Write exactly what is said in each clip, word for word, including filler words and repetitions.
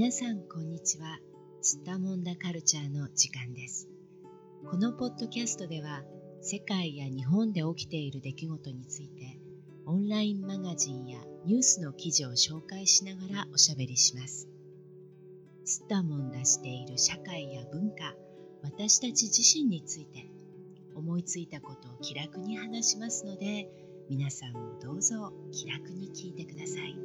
皆さんこんにちは。すったもんだカルチャーの時間です。このポッドキャストでは世界や日本で起きている出来事についてオンラインマガジンやニュースの記事を紹介しながらおしゃべりします。すったもんだしている社会や文化、私たち自身について思いついたことを気楽に話しますので、皆さんもどうぞ気楽に聞いてください。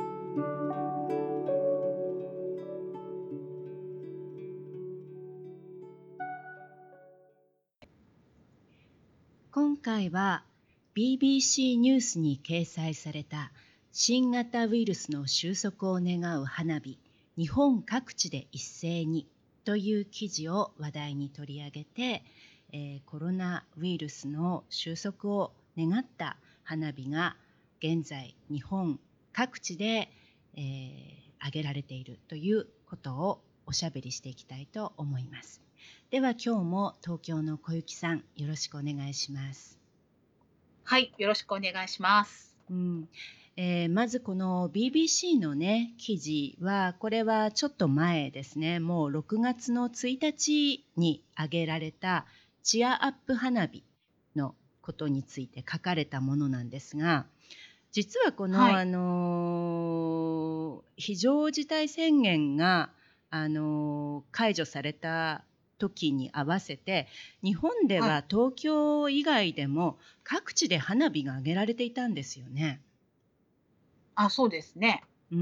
今回は ビービーシー ニュースに掲載された新型ウイルスの収束を願う花火、日本各地で一斉にという記事を話題に取り上げて、えー、コロナウイルスの収束を願った花火が現在日本各地で、えー、挙げられているということをおしゃべりしていきたいと思います。では今日も東京の小雪さん、よろしくお願いします。 はい、よろしくお願いします。 うんえー、まずこの ビービーシー のね記事は、これはちょっと前ですね。もうろくがつのついたちに挙げられたチアアップ花火のことについて書かれたものなんですが、実はこの、 はい、 あの非常事態宣言が、あの解除された時に合わせて、日本ではい。 は東京以外でも各地で花火が上げられていたんですよね。 あ、そうですね。 うん、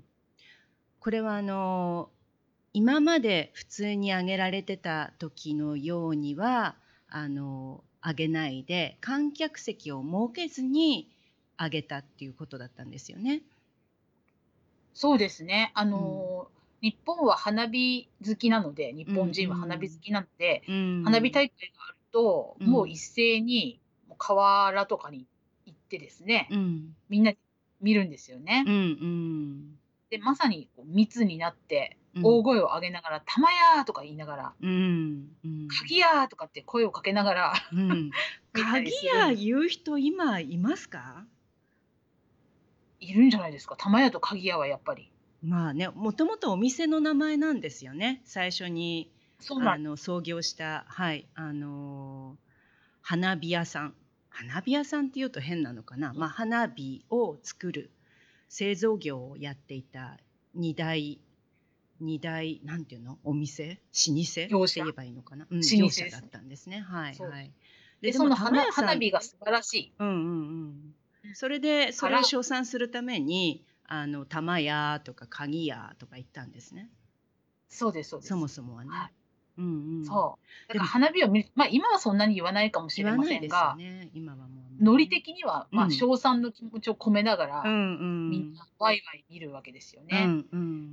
これはあの今まで普通に上げられてた時のようにはあの上げないで、観客席を設けずに上げたっていうことだったんですよね。 そうですね。あうんの、日本は花火好きなので、日うん本人は花火好きなので、 う花火ん大会があると、 うんもう一斉にもう河原とかに行ってですね、 うんみんなで見るんですよね。 うんうんで、まさにこう密になって、 うん大声を上げながら、玉やとか言いながら、 うんうん鍵やとかって声をかけながらうん見たり鍵するんです。 屋言う人今いますか？ いるんじゃないですか。玉やと鍵やはやっぱり。 まあね、もともとお店の名前なんですよね。最初にそうなんあの創業した、はい、あの花火屋さん。花火屋さんっていうと変なのかな。まあ花火を作る製造業をやっていた二大二大なんていうのお店老舗って業者、 言えばいいのかな、うん、 老舗業者だっですね。 たんですね。はいそう。 はい。でで、 でもその花玉屋さん、 花火が素晴らしい。 うんうんうん。 うん。 それでそから、 れを称賛するためにあの玉屋とか鍵屋とか言ったんですね。 そうですそうでそもす。 そもはね。 はい。 うんうん。 そう。だからでも花火を見るま、今はそんなに言わないかもし言れまわないですよせんが、 ね。今はもうあんまりノリね。 的には、ま、 うん。 称賛の気持ちを込めながら、 うんうみんん。 なワイワイ見るわけですよね。 うんうん。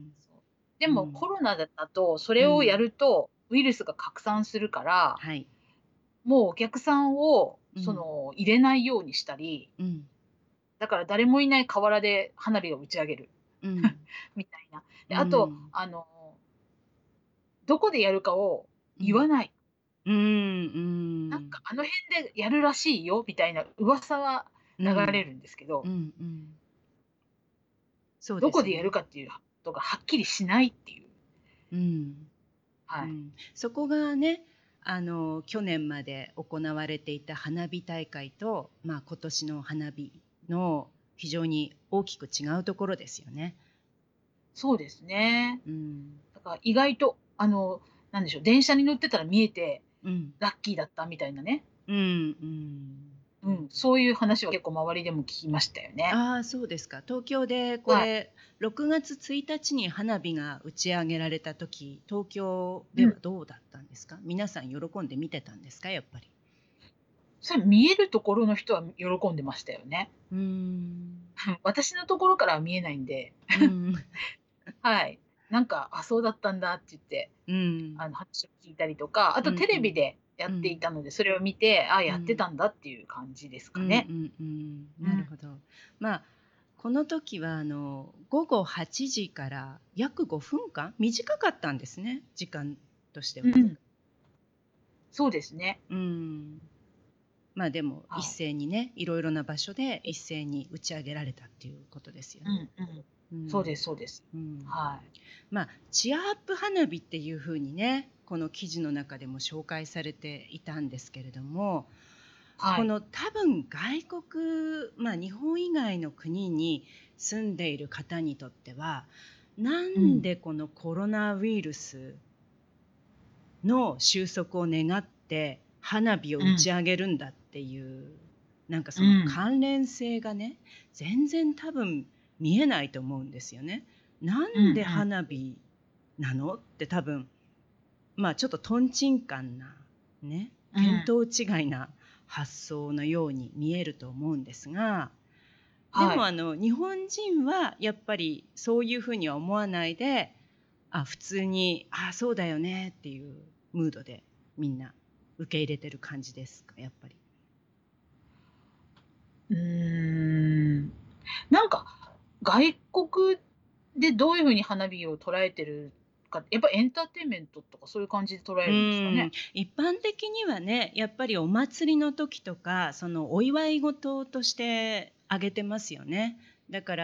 そう。でもうん。 コロナだだと、それをやうん。 るとウイルスが拡散するから、 はい。 もうお客さんをうん。 その、入れないようにしたり、 うん。 だから誰もいない河原で花火を打ち上げるうん。 みたいな。 うで、あと、 ん。 あのどこでやるかをうん。 言わない。 うんうなんん。 かあの辺でやるらしいよみたいな噂は流れうん。 るんですけど、 うんうん。そうどこでやるですね。 かっていうことがはっきりしないっていう。 うん。うはい。 ん。そこがね、あの去年まで行われていた花火大会と、まあ、今年の花火の非常に大きく違うところですよね。 そうですね。 うん。 だから意外と、あの、なんでしょう、電車に乗ってたら見えてうん。 ラッキーだったみたいなね。 うんうん。 うん、そういう話は結構周りでも聞きましたよね。 ああ、そうですか。東京でこはい。 れろくがつついたちに花火が打ち上げられた時、東京ではうん。 どうだったんですか？皆さん喜んで見てたんですか？やっぱり。 それ見えるところの人は喜んでましたよね。 うーん。 うん、私のところからは見えないんで、 うん。 はい。なんか、あ、そうだったんだって言って、 うん。 あの、話を聞いたりとか、あうとテレビんうん。 でやっていうん。 たので、それを見て、あ、やってうん。 たんだっていう感じですうんうかね。 んうん。 うん。 なるほど。まあ、この時はあの午後はちじから約ごふんかん、短かったんですね、時間としては。 うん。そうですね。 うん。 まあでも一はい。 斉にね、いろいろな場所で一斉に打ち上げられたっていうことですようね。 んうん。 うんそうですそうです。 うんはい。 まあチアアップ花火っていうふうにね、この記事の中でも紹介されていたんですけれども、 はい。 この多分外国、まあ日本以外の国に住んでいる方にとっては、なんうん。 でこのコロナウイルスの収束を願って花火をうん。 打ち上げるんだっていう、なんかそのうん。 関連性がね、全然多分見えないと思うんですよね。なうんうんでん。 花火なのって多分、まあちょっととんちんかんな、ね、 うん。 見当違いな発想のように見えると思うんですが、ではい。 もあの日本人はやっぱりそういうふうには思わないで、あ、普通に、あ、そうだよねっていうムードでみんな受け入れてる感じですか、やっぱり。 うーん。なんか、外国でどういう風に花火を捉えてるか、やっぱエンターテインメントとかそういう感じで捉うえるんですかん、 ね？ 一般的にはね、やっぱりお祭りの時とか、そのお祝い事としてあげてますよね。だから、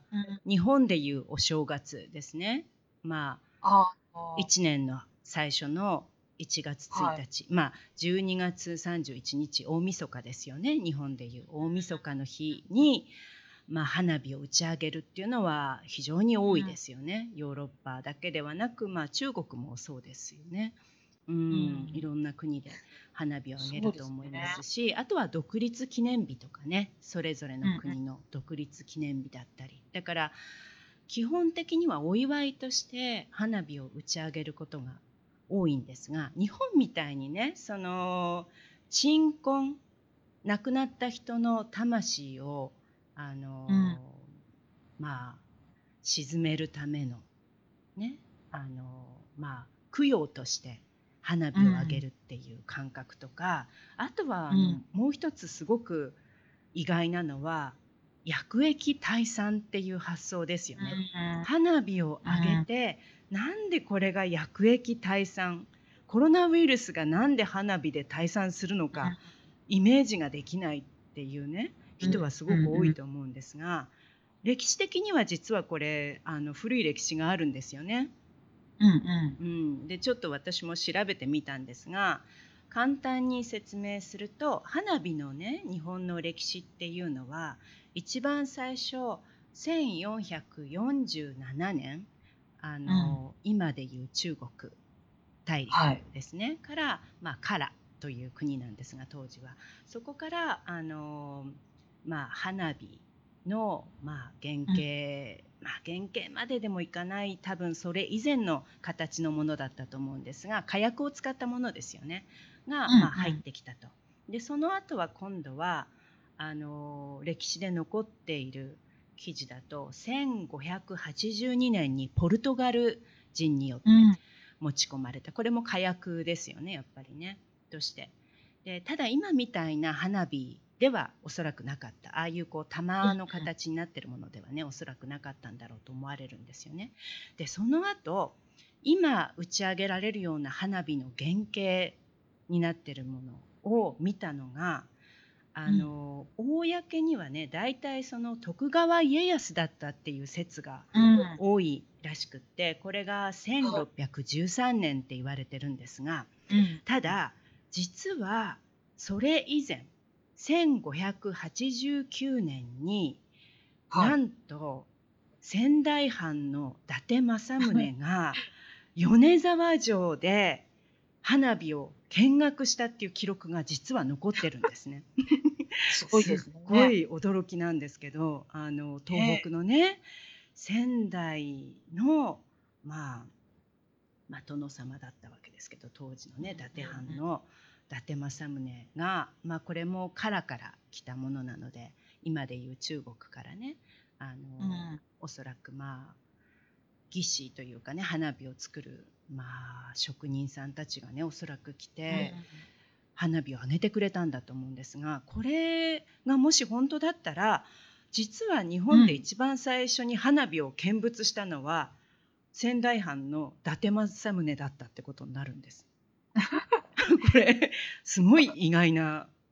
うん。 日本でいうお正月ですね。まあ、 ああ、 いちねんの最初のいちがつ1 はい。 日、まあ、じゅうにがつさんじゅういちにち、大晦日ですよね。日本でいう大晦日の日に、まあ、花火を打ち上げるっていうのは非常に多いでうん。 すよね。ヨーロッパだけではなく、まあ、中国もそうですよね。ううん、いん。 ろんな国で花火を上げそうると思いですね。 ますし、あとは独立記念日とかね、それぞれのうんうん。 国の独立記念日だったり。だから基本的にはお祝いとして花火を打ち上げることが多いんですが、日本みたいにね、その鎮魂、亡くなった人の魂をあうん。 のまあ鎮めるためのね、あのまあ供養として花火を上げうん。 るっていう感覚とか、あとはあのうん。 もう一つすごく意外なのは薬液退散っていう発想ですようね。 ん。 花火をう上げん。 て、なんでこれが薬液退散、コロナウイルスがなんで花火で退散するのかイメージができないっていうね、 うん。 人はすごく多うんうん。 いと思うんですが、歴史的には実はこれあの古い歴史があるんですよね。 うんうん。 うん、でちょっと私も調べてみたんですが、簡単に説明すると、花火のね日本の歴史っていうのは一番最初せんよんひゃくよんじゅうななねん、あうん。 の今でいう中国大陸はい。 ですねから、まあ、唐という国なんですが、当時はそこからあの、まあ、花火の、まあ、原うん。 型、まあ、原型まででもいかない、多分それ以前の形のものだったと思うんですが、火薬を使ったものですよねが、まあ、入っうんうん。 てきたと。でその後は今度はあの歴史で残っている記事だとせんごひゃくはちじゅうにねんにポルトガル人によってうん。 持ち込まれた、これも火薬ですよね、やっぱりね、として。でただ今みたいな花火ではおそらくなかった、ああいうこう玉の形になってるものではね、おそらくなかったんだろうと思われるんですよね。でその後今打ち上げられるような花火の原型になってるものを見たのが、あうん。 の公にはね、大体その徳川家康だったっていう説がうん。 多いらしくって、これがはい。 せんろっぴゃくじゅうさんねんって言われてるんですが、 うん。 ただ実はそれ以前せんごひゃくはちじゅうきゅうねんにはい。 なんと仙台藩の伊達政宗が米沢城で花火を見学したっていう記録が実は残ってるんですね。 すごいですっすね。 ごい驚きなんですけど、あの東北ええ。 のね仙台の、まあ、まあ、殿様だったわけですけど、当時のうんね伊達うんうん。 藩の伊達政宗が、まあ、これも唐から来たものなので、今でいう中国からね、あのうん。 おそらくまあ技師というかね、花火を作る、まあ、職人さんたちがねおそらく来うん。 て花火を上げてくれたんだと思うんですが、これがもし本当だったら、実は日本でうん。 一番最初に花火を見物したのは仙台藩の伊達政宗だったってことになるんです。これすごい意外な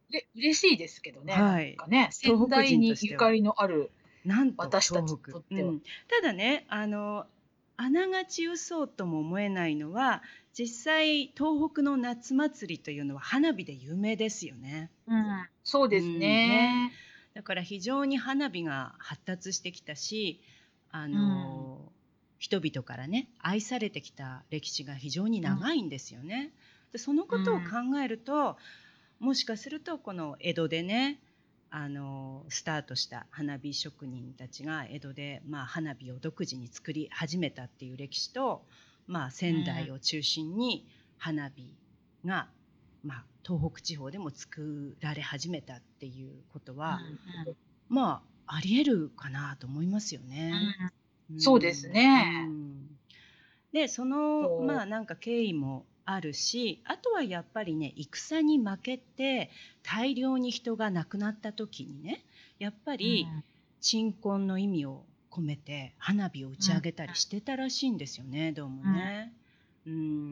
で、嬉しいですけどね、なんはい。 かね、仙東北人と台にしては。 ゆかりのあるなんと私たちに東北。 とっては。 うん。ただね、あの、あながち嘘とも思えないのは、実際東北の夏祭りというのは花火で有名ですよね。 うん、そうですうんね。 ね。 だから非常に花火が発達してきたし、あうん、 の、人々からね、愛されてきた歴史が非常にうん、 長いんですよね。で、そのことをうん、 考えると、もしかするとこの江戸でね、あのスタートした花火職人たちが江戸で、まあ、花火を独自に作り始めたっていう歴史と、まあ、仙うん、 台を中心に花火が、まあ、東北地方でも作られ始めたっていうことうん、 は、 うん、 まあありえるかなと思いますよね。 うん、 うそうですんうね。 んで、その、まあ、 そう、 なんか経緯もあるし、あとはやっぱりね、戦に負けて大量に人が亡くなった時にね、やっぱりうん、 鎮魂の意味を込めて花火を打うん、 ち上げたりしてたらしいんですよね、どうもうん、 ね。うん、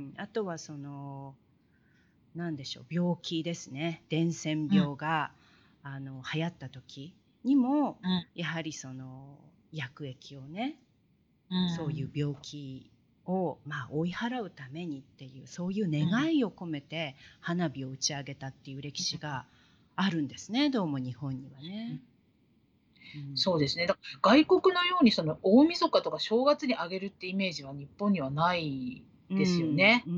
あとはその、なんでしょう、病気ですね。伝染うん、 病があの流行った時にも、 うん、 やはりその薬液をね、 うそういうん、 病気を、まあ、追い払うためにっていうそういううん、 願いを込めて花火を打ち上げたっていう歴史があるんですね、どうも日本にはうん、 ね。うん、 そうですね。だ外国のようにその大晦日とか正月にあげるってイメージは日本にはないうですよん、 ね。 うん、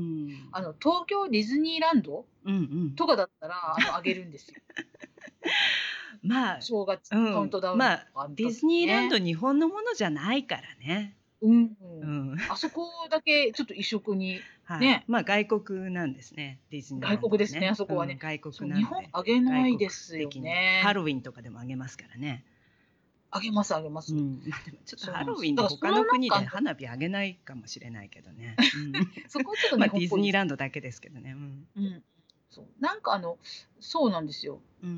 あの、東京ディズニーランドうん、うん。 とかだったら、あの、あげるんですよ。 まあ、 正月うん、 カウントダウンまあ、 とかのディズ時にね。 ニーランド日本のものじゃないからね。 うん、 うん、 あそこだけちょっと異色に、 はい。 ね、 まあ外国なんですね、ディズニーラ外国ですね、 ンドはね。 あそこはね。 うん、外そう、 国なので、 日本あげ外国ないですよ的にハね。 ロウィンとかでもあげますからね。 あげますあげます。 うん、まあ、でもちょっとそうなんです。 ハロウィンでだからその他の国なんかあの、 で花火あげないかもしれないけどね。うん。 そこはちょっとま、 日ディズニー本っぽいです。 ランドだけですけどね。うん。 うん。そう。なんかあの、そうなんですよ。 うんうん。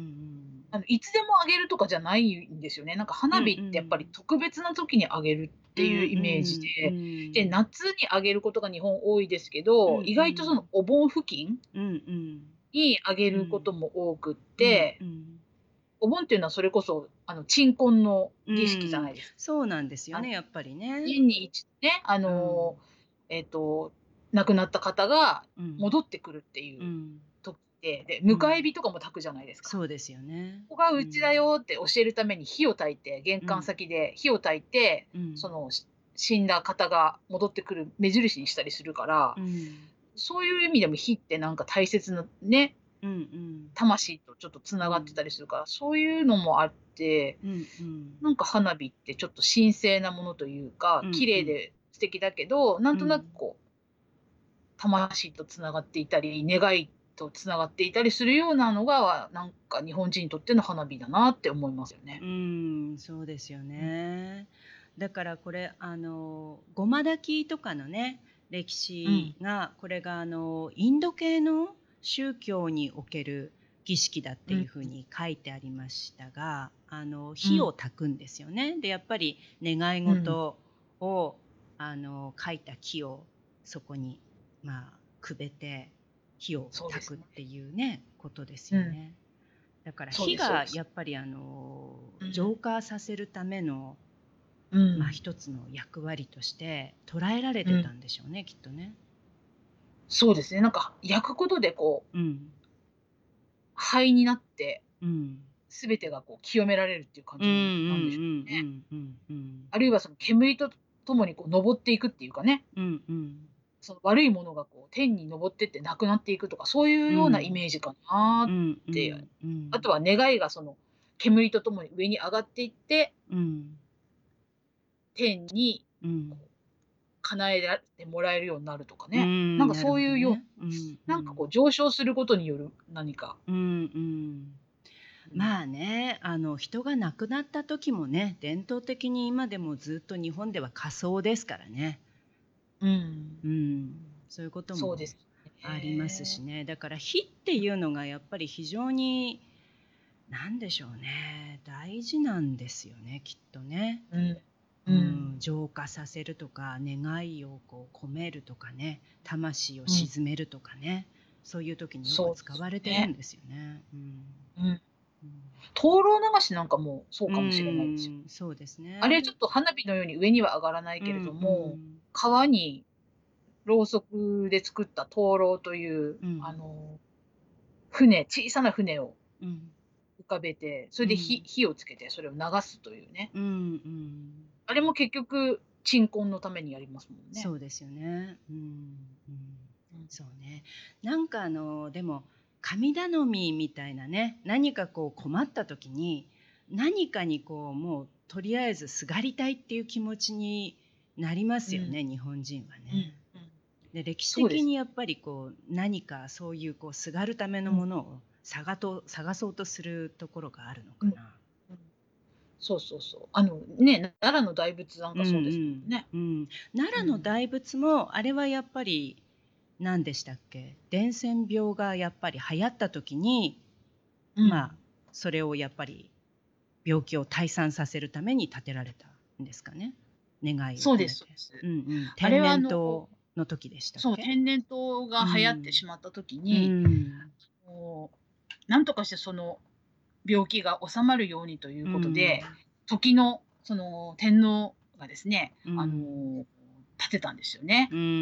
あの、いつでもあげるとかじゃないんですよね。なんか花火うんうってやっぱりん。 特別な時にあげるっうんていうイうメージん。うで、で、 ん。 夏にあげることが日本多いですけうんど、意外とそのうん。 お盆付近うんうん。 にあげうん。 ることも多くっうんて、 うん。 お盆っていうのはそれこそ、あの、鎮魂のう儀式じゃなん。 いですか。 そうなんですよあの、 ね、やっぱりね。 年に一度ね、あうん。 の、えっと、亡くなった方がうん。 戻ってくるっていううん。 時で、で、 うん。 迎え火とかも焚くじゃないですか。 そうですよね。 ここがううちだん。 よって教えるために火を焚いて、玄関うん。 先で火を焚いて、 うん。 その、し死んだ方が戻ってくる目印にしたりするから、 うん。 そういう意味でも火ってなんか大切なね、 うんうん。 魂とちょっとうん。 繋がってたりするから、そういうのもあって、 うんうん。 なんか花火ってちょっと神聖なものというか、綺麗うんうん。 で素敵だけど、なんとなくうん。 こう、魂と繋がっていたり、願いと繋がっていたりするようなのが、なんか日本人にとっての花火だなって思いますようね。 ーん、そうですようん。 ね。だからこれ、あの、護摩焚きとかのね、歴うん。 史が、これがあの、インド系の宗教における儀式だってうん。 いうふうに書いてありましたが、あの、 うん。 火を焚くんですよね。で、やっぱり願いうん。 事を、あの、書いた木をそこに、まあ、くべて火を焚くっそうですね。 ていうね、ことですうん。 よね。だからそう火がですそうです。 やっぱりあのうん。 浄化させるための、まあ、 うん。 一つの役割として捉えられうん。 てたんでしょうね、きっとね。 そうですね、なんか焼くことでこう、 うん。 灰になって、 うん。 全てがこう清められるっていう感うんうんうんじなんでしょうね。 うんうんうん。 あるいはその煙とともにこう昇っていくっていうかね、 うんうん。 その悪いものがこう天に昇ってってなくなっていくとか、そういうようなイうん。 メージかなうんうって。 んうん。 あとは願いがその煙とともに上に上がっていって、 うん。 天にうん。 こう叶えらてもらえるようになるとかうね。なんん、 かなるそういうようほどね。うんうなんかこん。 う上昇することによる何か。 うんうん。 うん。 まあね、あの人が亡くなった時もね、伝統的に今でもずっと日本では火葬ですからね。 うん。 うん、そういうこともそうですありますしね。 ね。だから火っていうのがやっぱり非常に何でしょうね、大事なんですよね、きっとね。 うん。 ううん。 ん、浄化させるとか、願いをこう込めるとかね、魂をうん。 鎮めるとかね、そういう時によくそうで使われてるんすね。 ですよね。うん。 ううん。 うん。 灯籠流しなんかもそううかもしれないですよ。 ーん、そうですね。 あれちょっと花火のように上には上がらないうけれどんうも、 ん。 川にろうそくで作った灯籠という、 うん。 あの、船小さな船をうん。 浮かべて、それで火うん。 火をつけてそれを流すというね。 うんうん。 あれも結局、鎮魂のためにやりますもんね。 そうですよね。うん、うん。 うん。 そうね。なんかあの、でも、神頼みみたいなね、何かこう困った時に、何かにこう、もうとりあえずすがりたいっていう気持ちになりまうん。 すよね、日本人はうん、 ね。 うん。 で、歴史そうです。 的にやっぱりこう、何かそういうこうすがるためのうん。 ものを探と探そうとするところがあるのうん。 かな。 うん。そうそうそう。あの、ね、奈良の大仏なんうんかそうですもんうんね。 うん。奈うん。 良の大仏もあれはやっぱり何でしたっけ、伝染病がやっぱり流行った時に、まあ、 うん。 それをやっぱり病気を退散させるために建てられたんですかね。願いをそうです込めて。 そうです。 うんうん。 あれはあ天然の痘の時でしたっそう、 け？ 天然痘うが流行ってん。 しまった時うに、 ん。 もう、なんとかしてその病気が収まるようにといううことで、 ん。 時のその天皇がですね、 うあん。 の、建てたんですよね。 うんうん。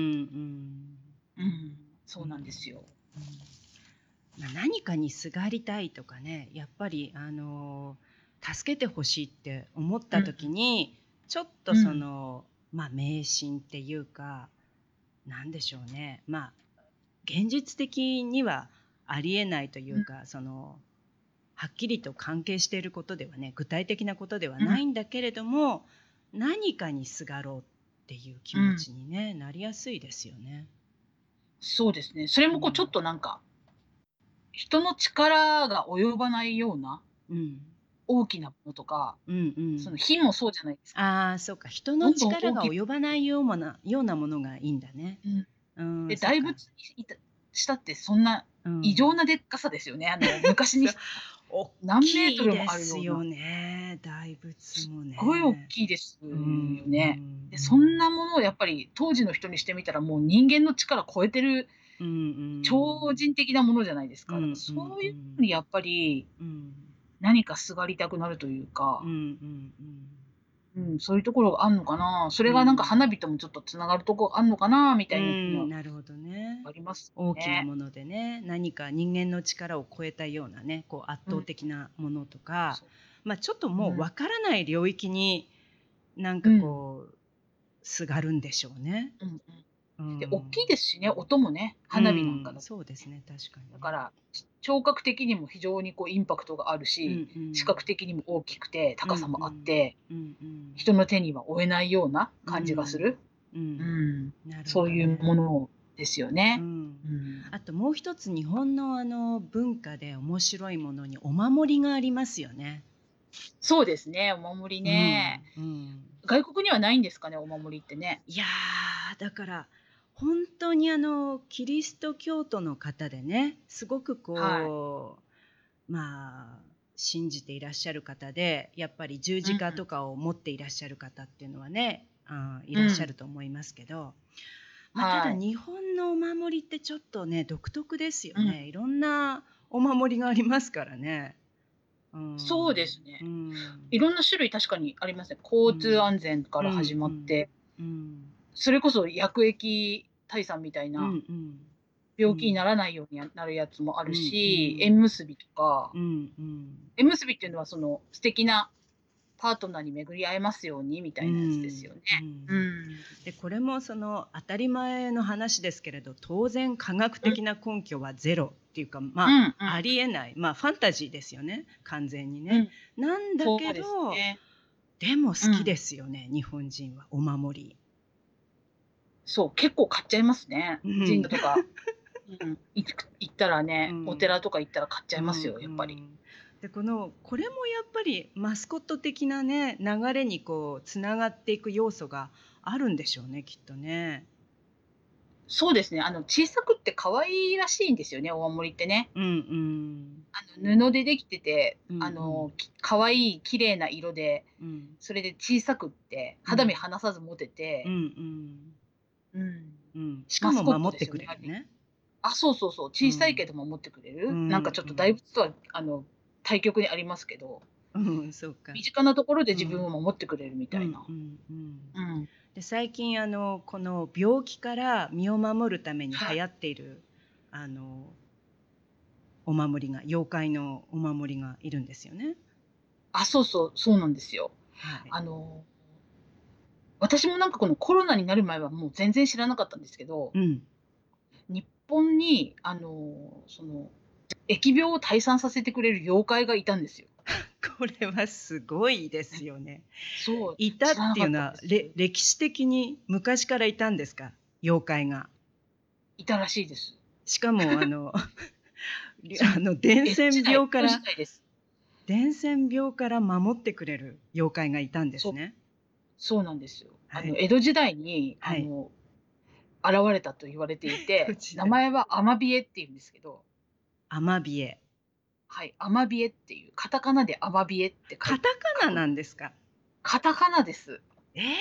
うん、そうなんでうん。 すよ。 うん。まあ、何かにすがりたいとかね、やっぱりあの、助けてほしいって思ったうん、 時に、ちょっとそうん、 の、まあ、迷信っていうか、なんでしょうね、まあ、現実的にはありえないというん、 うか、その、はっきりと関係していることではね、具体的なことではうん、 ないんだけれども、何かにすがろうっていう気持うん。 ちにね、なりやすいですよね。 そうですね。それもこうちょっうん。 となんか、人の力が及ばないようなうん。 大きなものとか、 うんうん。 その火もそうじゃないですか。 ああ、そうか、人のどんどん力が大きく及ばないようもなようなものがいいんだね。 うん。 うーん、 で、 そっか。 大仏にいたしたってそんなうん。 異常なでっかさですよね。あの、昔にそう、 してはおっ何メートルもきいですよあるような、 ね、大仏すっもごい大ね。 きいですようん、うね。 ん、 で、 うん。 そんなものをやっぱり当時の人にしてみたら、もう人間の力超えてるうんうん。 超人的なものじゃないですか。だからうんうんそういうのうん。 にやっぱり、 うん。 何かすがりたくなるというか、 うんうんうん。 うん、そういうところがあんのかな。そうれがなんか花ん。 火ともちょっと繋がるとこあんのかなみうたいなん、 のなるほどね。 あります大きなね。 ものでね、何か人間の力を超えたようなね、こう圧倒うん、 的なものとか、 そう。 ま、ちょっともううん、 わからない領域に、なんかうん、 こう、すがるんでしょうね。 うんうん。 うで、おっきいん。 ですしね、音もね、 う花火なんかん、 だとね。 そうですね、確かにね。 だから、ち聴覚的にも非常にこうインパクトがあるうんし、視うん。 覚的にも大きくて、 うんう高さもあっん。 て、 うんうん。 人の手には負えないようなう感じがすん。 る。 うん。 うん、 なるほそういうどね。 ものですよね。 うん。 うん。 あともう一つ日本のあの文化で面白いものにお守りがありますよね。 そうですね、お守りうね。 ん、うん。 外国にはないんですかね、お守りってね。 いや、だから本当にあのキリスト教徒の方でね、すごくはい。 こう、まあ、信じていらっしゃる方で、やっぱり十うん、 字架とかを持っていらっしゃる方っていうのはね、あ、いらっしゃうん、 ると思いますけど、ま、ただはい。 日本のお守りってちょっとね、独特ですようん。 ね。いろんなお守りがありますからね。うそうん、 ですね。 うん、 いろんな種類確かにありますね。 う交通ん、 安全かうん、 ら始まうん、 って、 うん、 それこそ薬液退散みたいうん、うな、 ん、う病気になん、 らないようになるやつもあるうん、うし、縁ん、 結びとか、 うん、うん、 縁結びっていうのはその素敵なパートナーに巡り会えますようにみたういなやつですん、 よね。 うん。 うん。 で、これもその当たり前の話ですけれど、当然科学うん、 的な根拠はゼロっていうか、まあ、 うん、うん、 ありえない、まあ、ファンタジーですよね、完全にね。 うん。 なんだけそうですど、 ね。 でも好きでうん。 すよね、日本人はお守り。 そう、結構買っちゃいますね。 うん。 神社とか、うん、いく行ったらね、おうん。 寺とか行ったら買っちゃうん、 いますよ、 うやっぱり。 ん。で、このこれもやっぱりマスコット的なね、流れにこうつながっていく要素があるんでしょうね、きっとね。 そうですね、あの、小さくって可愛いらしいんですよね、お守りってね。 うんうん。 あの、布でできてて、 うんうあの、 ん。 き可愛い綺麗な色で、 うん。 それで小さくって、肌身うん。 離さず持てうんて、 うん。 うん。 うん。しかマスコッも守ってトですよね、あれ。 くれるね。 あ、そうそうそう、小さいうん。 けど守ってくれうる。なんかちょっと大んうん。 仏とは、あの、 対極にありますけど、 うん、そうか。 身近なところで自分うん。 を守ってくれるみうたいな。 んうんうん。 うん。 で、最近あの、この病気から身を守るためにはい。 流行っている、あの、お守りが妖怪のお守りがいるんですよね。 あ、そうそう、そうなんですよ。 はい。 あの、私もなんかこのコロナになる前はもう全然知らなかったんですけど、 うん。 日本にあの、その、疫病を退散させてくれる妖怪がいたんですよ。 これはすごいでね、 すよね。 そう、 いたっ知らなかったんていうのは、 です。 れ歴史的に昔からいたんですか？妖怪が。 いたらしいです。 しかもあの、りそう、 あの伝江戸時染代江戸時病から代です。 伝染病から守ってくれる妖怪がいたんでそう、 すね。 そうなんですよ。あの、 はい。 江戸時代にあはい。 の、現れたと言われてい江戸て、 時代。 名前はアマビエって言うんですけど、 アマビエ。 はい、アマビエっていう、カタカナでアマビエって書いカタカナ書く。 なんですか？ カタカナです。 ええ。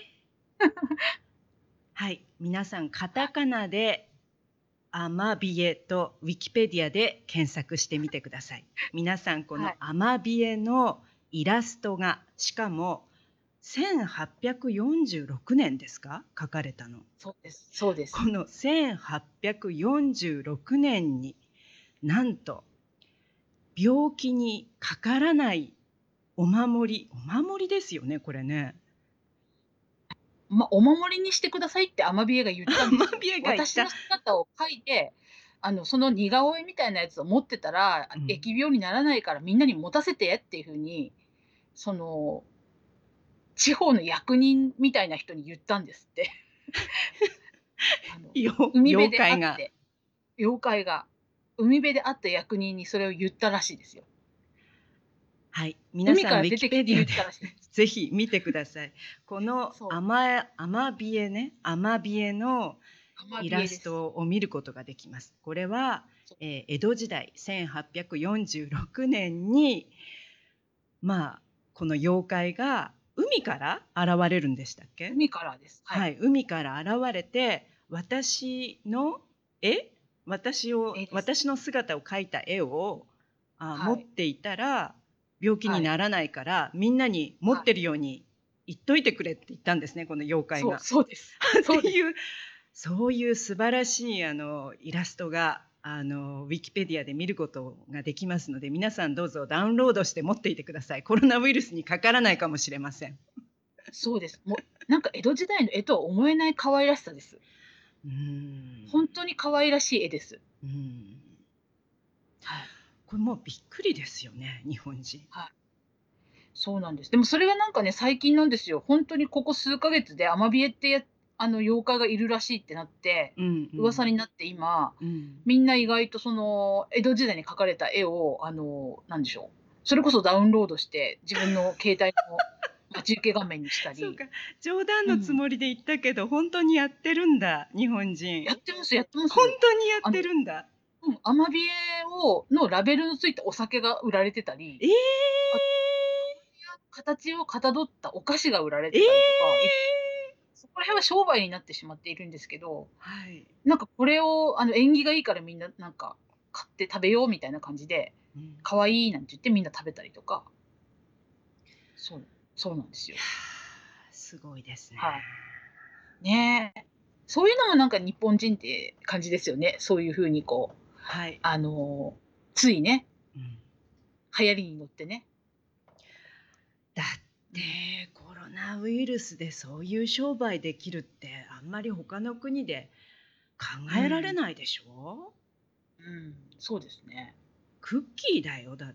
はい、皆さんカはい。 タカナでアマビエとウィキペディアで検索してみてください。皆さんこはい。 のアマビエのイラストが、しかもせんはっぴゃくよんじゅうろくねんですか？描かれたの。 そうです。そうです。 このせんはっぴゃくよんじゅうろくねんに、なんと病気にかからないお守りお守りですよね、これね。 ま、お守りにしてくださいってアマビエが言ったんですよ。 アマビエがいた。 私の姿を描いて、あの、その似顔絵みたいなやつを持ってたら、 うん。 疫病にならないからみんなに持たせてっていう風に、その、地方の役人みたいな人に言ったんですって。あの、 よ海辺で妖怪が。 会って、妖怪が、海辺で会った役人にそれを言ったらしいですよ。 はい、皆海さんウィから出てきキペディアでて言ったらしいです。 ぜひ見てください。このそう、 アマアマビエね、アマビエのアマイビエです。 ラストを見ることができます。これは、 そう、 えー江戸時代せんはっぴゃくよんじゅうろくねんに、まあ、この妖怪が海から現れるんでしたっけ？ 海からです。はい。 はい、海から現れて、私の絵私を絵です。 私の姿を描いた絵を、あ、持はい。 っていたら病気にはい。 ならないから、みんなに持はい。 ってるように言っといてくれって言ったんですね、この妖怪そう、 が。 そうです。そうです。 っていう、そういう素晴らしいあのイラストがあのウィキペディアで見ることができますので、皆さんどうぞダウンロードして持っていてください。コロナウイルスにかからないかもしれません。 そうです。もう、なんか江戸時代の絵とは思えない可愛らしさです。 うーん。 ほんとに可愛らしい絵です。 うーん。 はい。 これもうびっくりですよね、日本人。 はい。そうなんです。でもそれがなんかね、最近なんですよ。ほんとにここ数ヶ月でアマビエってやあの、妖怪がいるらしいってなって、 うんうん。 噂になって今、 うん。 みんな意外とその、江戸時代に描かれた絵を、あの、なんでしょう、それこそダウンロードして、自分の携帯の待ち受け画面にしたり。 そうか、冗談のつうん。 もりで言ったけど、ほんとにやってるんだ、日本人。 やってますやってまほんす。 とにやっあの、 てるんだ。 うん、アマビエをのラベルのついたお酒が売られてたり、 えあ、アマえ！ ビエの形をかたどったお菓子が売られえてたりとか、いえ！ そこら辺は商売になってしまっているんですけど、 はい。 なんかこれをあの縁起がいいからみんななんか買って食べようみたいな感じで、 うん。い可愛いなんて言ってみんな食べたりとか、そう、そうなんですや、 よ。 すごいですね。 はい。ねえ。そういうのもなんか日本人って感じですよね。そういう風にこう、 はい。 あの、ついね、 うん。 流行りに乗ってね。 だっうん。 て、コロナウイルスでそういう商売できるって、あんまり他の国で考えられうん。 ないでしょ？ うん、そうですね。 クッキーだよ、だって。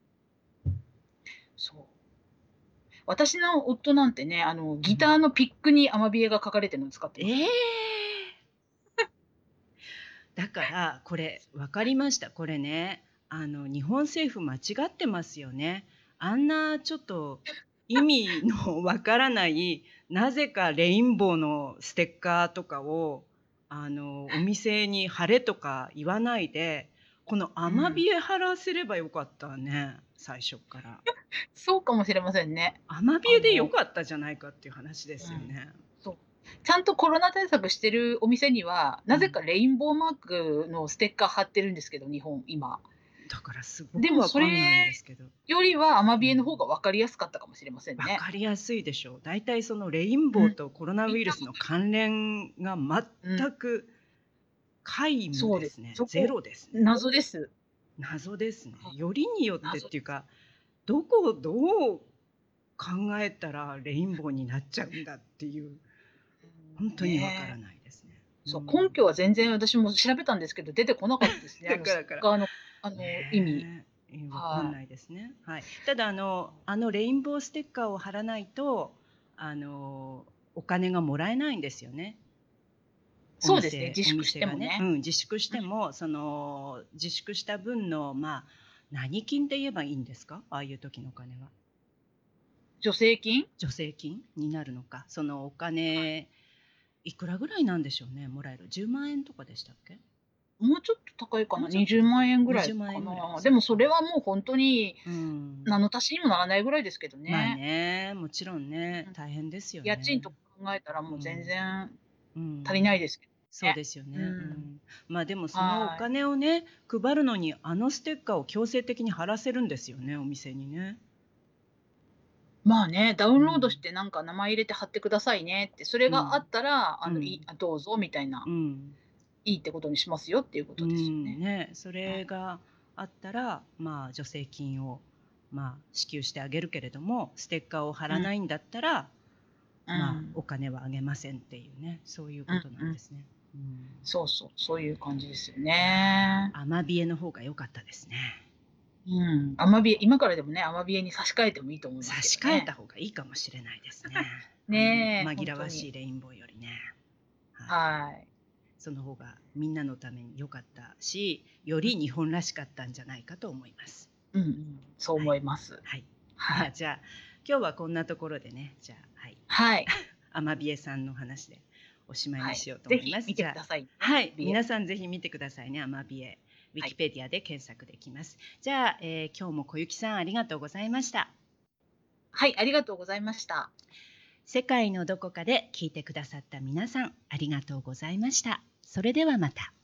そう。私の夫なんてね、あの、 うん。 ギターのピックにアマビエが書かれてるの使ってますえもん。 え！だから、これ分かりました。これね、あの、日本政府間違ってますよね。あんなちょっと意味のわからない、なぜかレインボーのステッカーとかを、あの、お店に貼れとか言わないで、このアうん。 マビエ貼らせればよかったね、最初から。 そうかもしれませんね。 アマビエでよあのかったじゃないかっていう話でうん。 すよね。 そう。ちゃんとコロナ対策してるお店には、 うん。 なぜかレインボーマークのステッカー貼ってるんですけど、日本、今。 だからすごでもそくわかんないんれですけど。 よりはアマうビエの方ん。 が分かりやすかったかもしれませんわね。 かりやすいでしょう。だいたいそのレインうん。 ボーとコロナウイルスの関連がうん。 全く皆無そうです。 ですね。 そこ、 ゼロですね。 謎です。 謎ですね。 はい。 よりによってっ謎ていうか、どこをどう考えたらレインボーになっちゃうんだっていう、 うほんん、 とにわからね。 ないですね。うそう、根ん。 拠は全然私も調べたんですけど、出てこなかったですね。あのステだからからッカーの、あの、意味。 ねえ、え、わかんはい。 ないですね。はい。ただあの、あのレインボーステッカーを貼らないと、あの、お金がもらえないんですよね。おそうですね、 店お自粛し店がね。うてもね。 ん、自粛しうん。 ても、その、自粛した分の、まあ、何金って言えばいいんですか？ああいう時のお金は。 助成金？ 助成金になるのか。そのおはい。 金、いくらぐらいなんでしょうね、もらえる。じゅうまんえんとかでしたっけ？ もうちょっと高いかな、 もうちょっと 20 高い。 万円ぐら 20 い万円ぐらい、 かな。でそっか。 もそれはもうほんとに、 うーん。 何の足しにもならないぐらいですけどまあね。 ね、もちろんね、 うん。 大変ですよね。 家賃とか考えたらもう全うん。 然う足りん。 ないですけそうどね。 ですよね。ううん。 ん。まあ、でもそのおはい。 金をね、配るのにあのステッカーを強制的に貼らせるんですよね、お店にね。 まあね、ダウンロードしうん。 てなんか名前入れて貼ってくださいねって、それがあうん。 ったら、あの、いうん。 あ、どうぞみたいな、 うん。 いいってことにしますよっていうこうとですよん、 ね。 ね、そうん。 れがあったら、まあ、助成金を、まあ、支給してあげるけれども、ステッカーを貼うん。 らないんだったら、まあ、 うん。 お金はあげませんっていうね、そういううんことなうん。 んですね。うん。 そうそう、そういう感じですよいや、 ね。 アマビエの方が良かったですね。 うん、アマビエ今からでもね、アマビエに差し替えてもいいと思います差けどね。 し替えた方がいいかもしれないですね。あのねえ、ほ紛らわしんとに。 いレインボーよりね。はい。 はい。 その方がみんなのために良かったし、ようん。 り日本らしかったんじゃないかと思います。 うんうん、そうはい。 思います。 はい。 はい。 まあ、じゃあ、今日はこんなところでね、じゃあ、はい。 はい。 アマビエさんの話でおしまいはい。 にしようとぜ思います。 ひ見てくじゃあ、 ださいね、 はい、 ビエ。 皆さんぜひ見てくださいね、アマビエ。ウィはい。 キペディアで検索できます。じゃあ、えー今日も小雪さんありがとうございました。 はい、ありがとうございました。 世界のどこかで聞いてくださった皆さん、ありがとうございました。それではまた。